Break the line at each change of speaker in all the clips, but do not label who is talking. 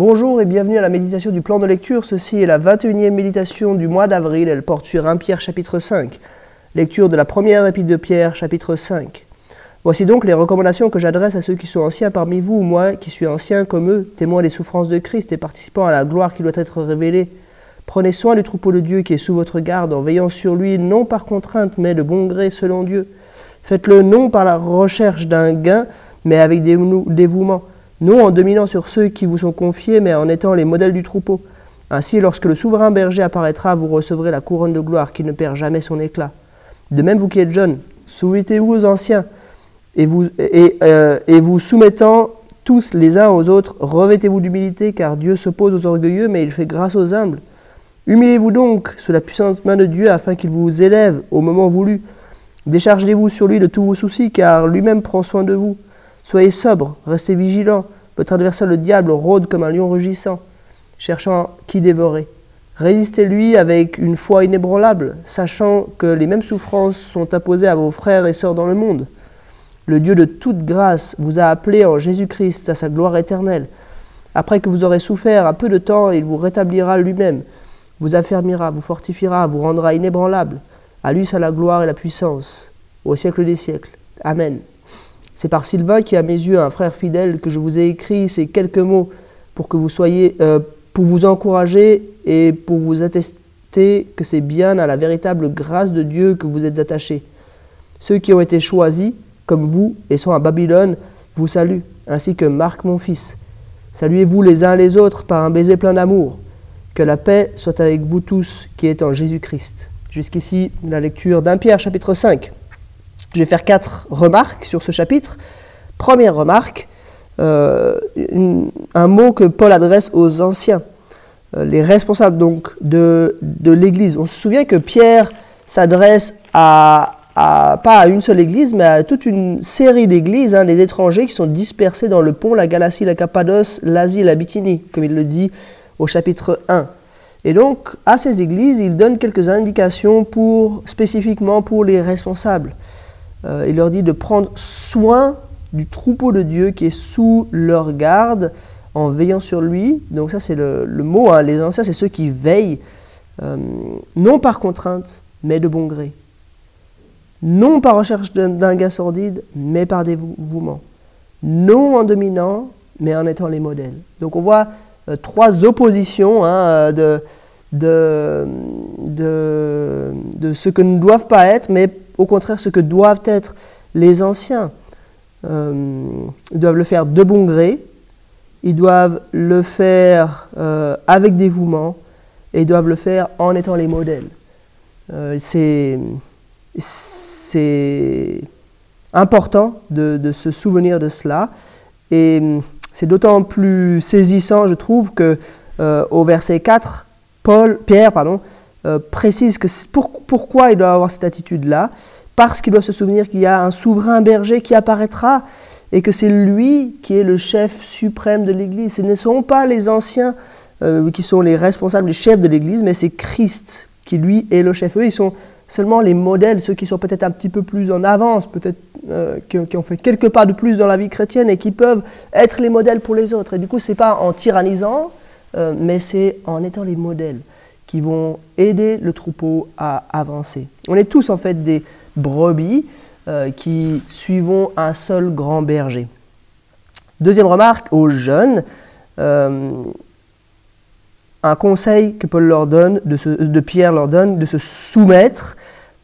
Bonjour et bienvenue à la méditation du plan de lecture. Ceci est la 21e méditation du mois d'avril. Elle porte sur 1 Pierre chapitre 5. Lecture de la première épître de Pierre chapitre 5. Voici donc les recommandations que j'adresse à ceux qui sont anciens parmi vous, ou moi qui suis ancien comme eux, témoins des souffrances de Christ et participant à la gloire qui doit être révélée. Prenez soin du troupeau de Dieu qui est sous votre garde, en veillant sur lui, non par contrainte, mais de bon gré selon Dieu. Faites-le non par la recherche d'un gain, mais avec dévouement. Non en dominant sur ceux qui vous sont confiés, mais en étant les modèles du troupeau. Ainsi, lorsque le souverain berger apparaîtra, vous recevrez la couronne de gloire qui ne perd jamais son éclat. De même, vous qui êtes jeunes, soumettez-vous aux anciens, et vous soumettant tous les uns aux autres, revêtez-vous d'humilité, car Dieu s'oppose aux orgueilleux, mais il fait grâce aux humbles. Humiliez-vous donc sous la puissante main de Dieu, afin qu'il vous élève au moment voulu. Déchargez-vous sur lui de tous vos soucis, car lui-même prend soin de vous. Soyez sobres, restez vigilants. Votre adversaire le diable rôde comme un lion rugissant, cherchant qui dévorer. Résistez-lui avec une foi inébranlable, sachant que les mêmes souffrances sont imposées à vos frères et sœurs dans le monde. Le Dieu de toute grâce vous a appelés en Jésus-Christ à sa gloire éternelle. Après que vous aurez souffert un peu de temps, il vous rétablira lui-même, vous affermira, vous fortifiera, vous rendra inébranlable. À lui soit la gloire et la puissance, au siècle des siècles. Amen. C'est par Sylvain, qui est à mes yeux un frère fidèle, que je vous ai écrit ces quelques mots pour vous encourager et pour vous attester que c'est bien à la véritable grâce de Dieu que vous êtes attachés. Ceux qui ont été choisis, comme vous, et sont à Babylone, vous saluent, ainsi que Marc mon fils. Saluez-vous les uns les autres par un baiser plein d'amour. Que la paix soit avec vous tous qui êtes en Jésus-Christ. Jusqu'ici, la lecture d'1 Pierre chapitre 5. Je vais faire 4 remarques sur ce chapitre. Première remarque, un mot que Paul adresse aux anciens, les responsables donc de l'Église. On se souvient que Pierre s'adresse pas à une seule Église, mais à toute une série d'églises, les étrangers qui sont dispersés dans le Pont, la Galatie, la Cappadoce, l'Asie et la Bithynie, comme il le dit au chapitre 1. Et donc, à ces églises, il donne quelques indications spécifiquement pour les responsables. Il leur dit de prendre soin du troupeau de Dieu qui est sous leur garde en veillant sur lui. Donc ça c'est le mot, les anciens c'est ceux qui veillent, non par contrainte, mais de bon gré. Non par recherche d'un gain sordide, mais par dévouement. Non en dominant, mais en étant les modèles. Donc on voit 3 oppositions de ce que ne doivent pas être, mais au contraire ce que doivent être les anciens. Ils doivent le faire de bon gré, ils doivent le faire avec dévouement, et ils doivent le faire en étant les modèles. C'est important de se souvenir de cela, et c'est d'autant plus saisissant, je trouve, que au verset 4, Pierre précise que pourquoi il doit avoir cette attitude-là, parce qu'il doit se souvenir qu'il y a un souverain berger qui apparaîtra et que c'est lui qui est le chef suprême de l'Église. Ce ne sont pas les anciens qui sont les responsables, les chefs de l'Église, mais c'est Christ qui, lui, est le chef. Eux, ils sont seulement les modèles, ceux qui sont peut-être un petit peu plus en avance, peut-être qui ont fait quelques pas de plus dans la vie chrétienne et qui peuvent être les modèles pour les autres. Et du coup, ce n'est pas en tyrannisant, mais c'est en étant les modèles qui vont aider le troupeau à avancer. On est tous en fait des brebis qui suivons un seul grand berger. Deuxième remarque, aux jeunes, un conseil que Paul leur donne, de Pierre leur donne, de se soumettre. Pourquoi ?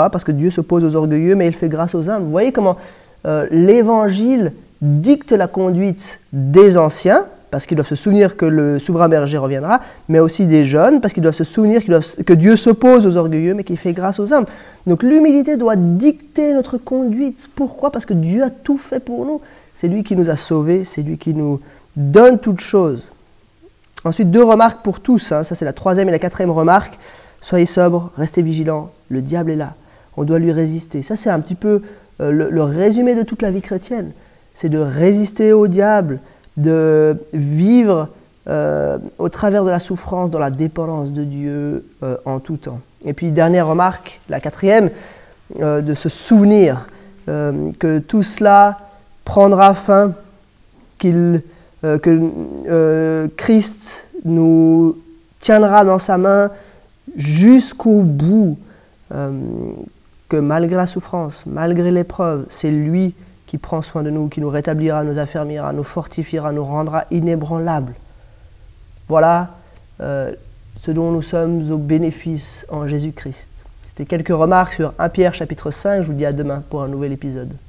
Parce que Dieu s'oppose aux orgueilleux, mais il fait grâce aux humbles. Vous voyez comment l'Évangile dicte la conduite des anciens, parce qu'ils doivent se souvenir que le souverain berger reviendra, mais aussi des jeunes, parce qu'ils doivent se souvenir que Dieu s'oppose aux orgueilleux, mais qu'il fait grâce aux humbles. Donc l'humilité doit dicter notre conduite. Pourquoi ? Parce que Dieu a tout fait pour nous. C'est lui qui nous a sauvés, c'est lui qui nous donne toutes choses. Ensuite, 2 remarques pour tous, ça c'est la 3e et la 4e remarque. Soyez sobres, restez vigilants, le diable est là, on doit lui résister. Ça c'est un petit peu le résumé de toute la vie chrétienne. C'est de résister au diable, de vivre au travers de la souffrance, dans la dépendance de Dieu en tout temps. Et puis dernière remarque, la 4e, de se souvenir que tout cela prendra fin, qu'il que Christ nous tiendra dans sa main jusqu'au bout, que malgré la souffrance, malgré l'épreuve, c'est lui qui prend soin de nous, qui nous rétablira, nous affermira, nous fortifiera, nous rendra inébranlables. Voilà ce dont nous sommes au bénéfice en Jésus-Christ. C'était quelques remarques sur 1 Pierre chapitre 5. Je vous dis à demain pour un nouvel épisode.